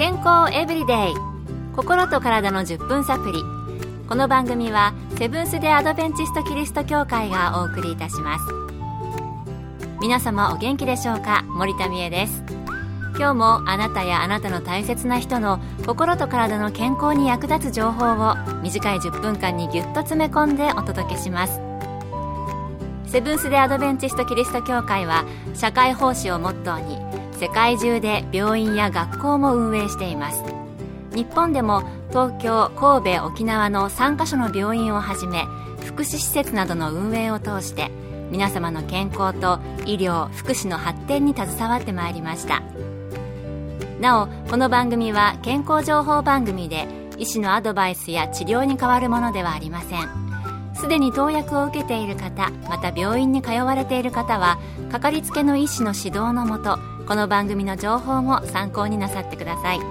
健康エブリデイ、心と体の10分サプリ。この番組はセブンス・デ・アドベンチスト・キリスト教会がお送りいたします。皆様お元気でしょうか。森田美恵です。今日もあなたやあなたの大切な人の心と体の健康に役立つ情報を短い10分間にぎゅっと詰め込んでお届けします。セブンス・デ・アドベンチスト・キリスト教会は社会奉仕をモットーに世界中で病院や学校も運営しています。日本でも東京、神戸、沖縄の3カ所の病院をはじめ福祉施設などの運営を通して皆様の健康と医療・福祉の発展に携わってまいりました。なお、この番組は健康情報番組で医師のアドバイスや治療に代わるものではありません。すでに投薬を受けている方、また病院に通われている方はかかりつけの医師の指導のもと、この番組の情報も参考になさってください。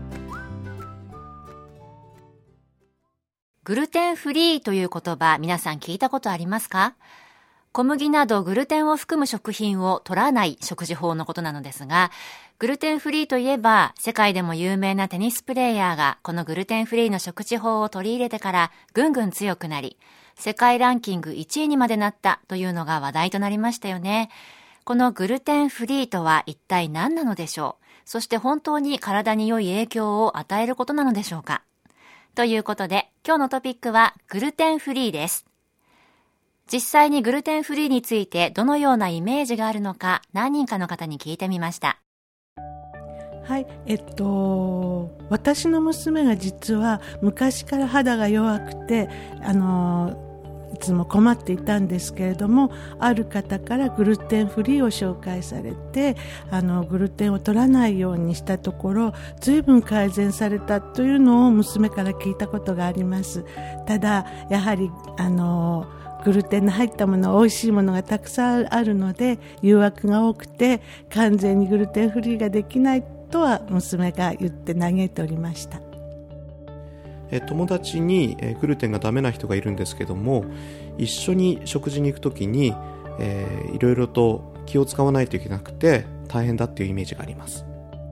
グルテンフリーという言葉、皆さん聞いたことありますか？小麦などグルテンを含む食品を取らない食事法のことなのですが、グルテンフリーといえば世界でも有名なテニスプレーヤーがこのグルテンフリーの食事法を取り入れてからぐんぐん強くなり、世界ランキング1位にまでなったというのが話題となりましたよね。このグルテンフリーとは一体何なのでしょう。そして本当に体に良い影響を与えることなのでしょうか。ということで今日のトピックはグルテンフリーです。実際にグルテンフリーについてどのようなイメージがあるのか、何人かの方に聞いてみました。 はい、私の娘が実は昔から肌が弱くて、いつも困っていたんですけれども、ある方からグルテンフリーを紹介されて、グルテンを取らないようにしたところ、随分改善されたというのを娘から聞いたことがあります。ただやはりグルテンの入ったもの、美味しいものがたくさんあるので誘惑が多くて完全にグルテンフリーができないとは娘が言って嘆いておりました。 友達にグルテンがダメな人がいるんですけども、一緒に食事に行くときにいろいろと気を使わないといけなくて大変だっていうイメージがあります。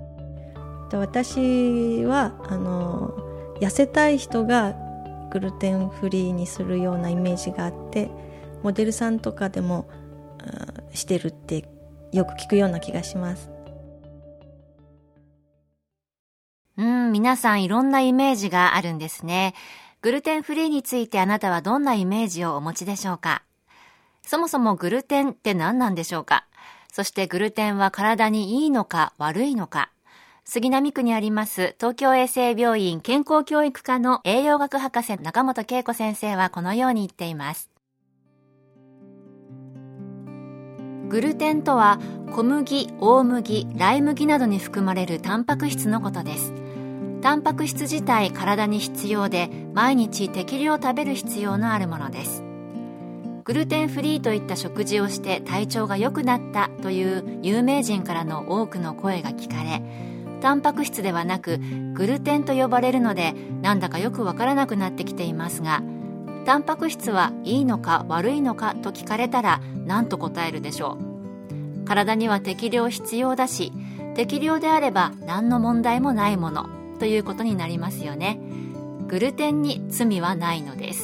私は痩せたい人がグルテンフリーにするようなイメージがあって、モデルさんとかでもしてるってよく聞くような気がします。 皆さんいろんなイメージがあるんですね。グルテンフリーについてあなたはどんなイメージをお持ちでしょうか？そもそもグルテンって何なんでしょうか？そしてグルテンは体にいいのか悪いのか？杉並区にあります東京衛生病院健康教育科の栄養学博士中本恵子先生はこのように言っています。グルテンとは小麦、大麦、ライ麦などに含まれるタンパク質のことです。タンパク質自体体に必要で、毎日適量食べる必要のあるものです。グルテンフリーといった食事をして体調が良くなったという有名人からの多くの声が聞かれ、タンパク質ではなくグルテンと呼ばれるのでなんだかよくわからなくなってきていますが、タンパク質はいいのか悪いのかと聞かれたら何と答えるでしょう。体には適量必要だし、適量であれば何の問題もないものということになりますよね。グルテンに罪はないのです。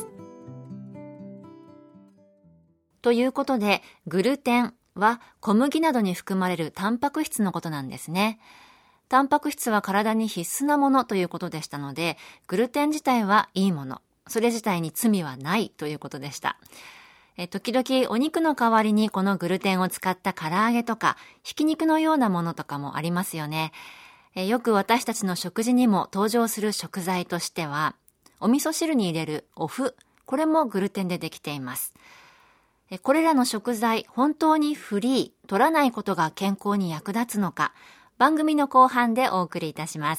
ということでグルテンは小麦などに含まれるタンパク質のことなんですね。タンパク質は体に必須なものということでしたので、グルテン自体はいいもの、それ自体に罪はないということでした。時々お肉の代わりにこのグルテンを使った唐揚げとかひき肉のようなものとかもありますよね。よく私たちの食事にも登場する食材としては、お味噌汁に入れるお麩、これもグルテンでできています。これらの食材、本当にフリー、取らないことが健康に役立つのか、番組の後半でお送りいたします。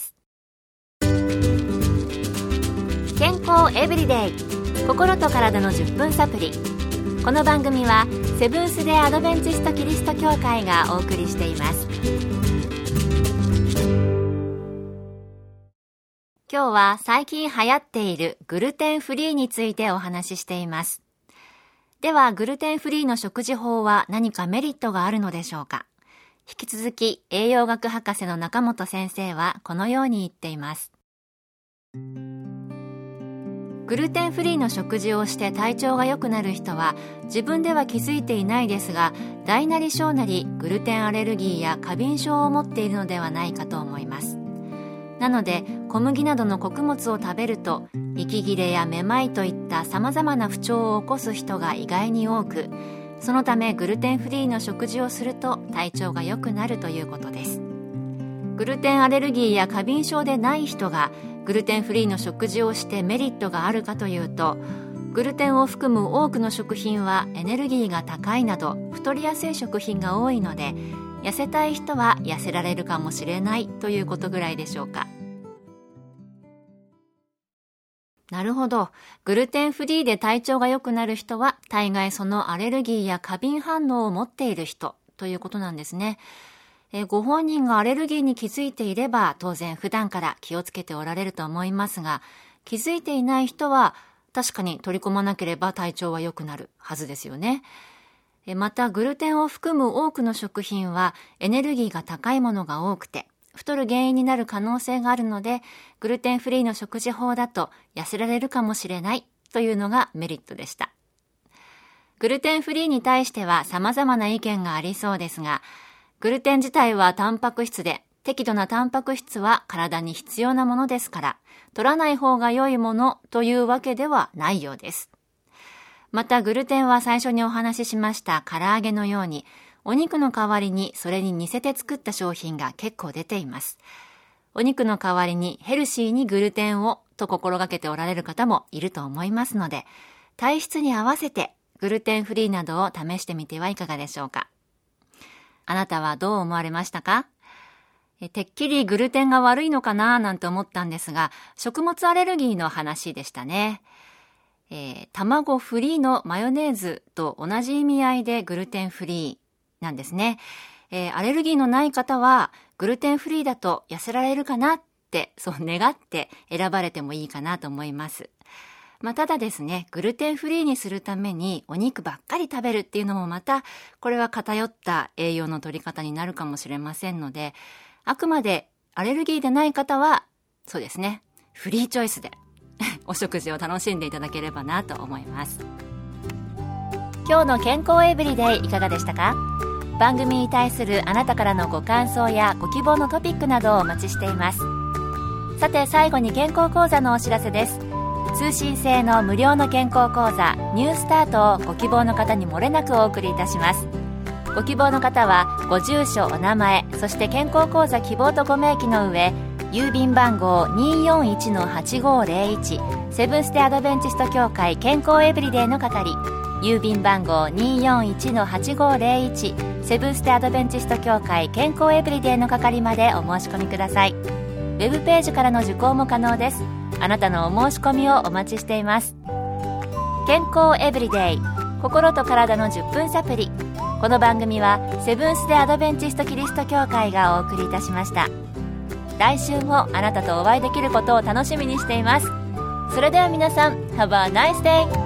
健康エブリデイ、心と体の10分サプリ。この番組はセブンス・デ・アドベンチスト・キリスト教会がお送りしています。今日は最近流行っているグルテンフリーについてお話ししています。ではグルテンフリーの食事法は何かメリットがあるのでしょうか？ 引き続き栄養学博士の中本先生はこのように言っています。グルテンフリーの食事をして体調が良くなる人は自分では気づいていないですが、大なり小なりグルテンアレルギーや過敏症を持っているのではないかと思います。なので小麦などの穀物を食べると息切れやめまいといったさまざまな不調を起こす人が意外に多く、そのためグルテンフリーの食事をすると体調が良くなるということです。グルテンアレルギーや過敏症でない人がグルテンフリーの食事をしてメリットがあるかというと、グルテンを含む多くの食品はエネルギーが高いなど太りやすい食品が多いので、痩せたい人は痩せられるかもしれないということぐらいでしょうか。なるほど。グルテンフリーで体調が良くなる人は大概そのアレルギーや過敏反応を持っている人ということなんですね。ご本人がアレルギーに気づいていれば当然普段から気をつけておられると思いますが、気づいていない人は確かに取り込まなければ体調は良くなるはずですよね。またグルテンを含む多くの食品はエネルギーが高いものが多くて太る原因になる可能性があるので、グルテンフリーの食事法だと痩せられるかもしれないというのがメリットでした。グルテンフリーに対しては様々な意見がありそうですが、グルテン自体はタンパク質で、適度なタンパク質は体に必要なものですから、取らない方が良いものというわけではないようです。またグルテンは最初にお話ししました唐揚げのように、お肉の代わりにそれに似せて作った商品が結構出ています。お肉の代わりにヘルシーにグルテンをと心がけておられる方もいると思いますので、体質に合わせてグルテンフリーなどを試してみてはいかがでしょうか。あなたはどう思われましたか？てっきりグルテンが悪いのかななんて思ったんですが、食物アレルギーの話でしたね。卵フリーのマヨネーズと同じ意味合いでグルテンフリーなんですね。アレルギーのない方はグルテンフリーだと痩せられるかなってそう願って選ばれてもいいかなと思います。ただですね、グルテンフリーにするためにお肉ばっかり食べるっていうのもまたこれは偏った栄養の取り方になるかもしれませんので、あくまでアレルギーでない方はそうですね、フリーチョイスでお食事を楽しんでいただければなと思います。今日の健康エブリデイいかがでしたか？番組に対するあなたからのご感想やご希望のトピックなどをお待ちしています。さて最後に健康講座のお知らせです。通信制の無料の健康講座ニュースタートをご希望の方に漏れなくお送りいたします。ご希望の方はご住所お名前そして健康講座希望とご明記の上、郵便番号 241-8501 セブンステアドベンチスト協会健康エブリデイの係、郵便番号 241-8501 セブンステアドベンチスト協会健康エブリデイの係までお申し込みください。ウェブページからの受講も可能です。あなたのお申し込みをお待ちしています。健康エブリデイ、心と体の10分サプリ。この番組はセブンス・デ・アドベンチスト・キリスト教会がお送りいたしました。来週もあなたとお会いできることを楽しみにしています。それでは皆さん、Have a nice day!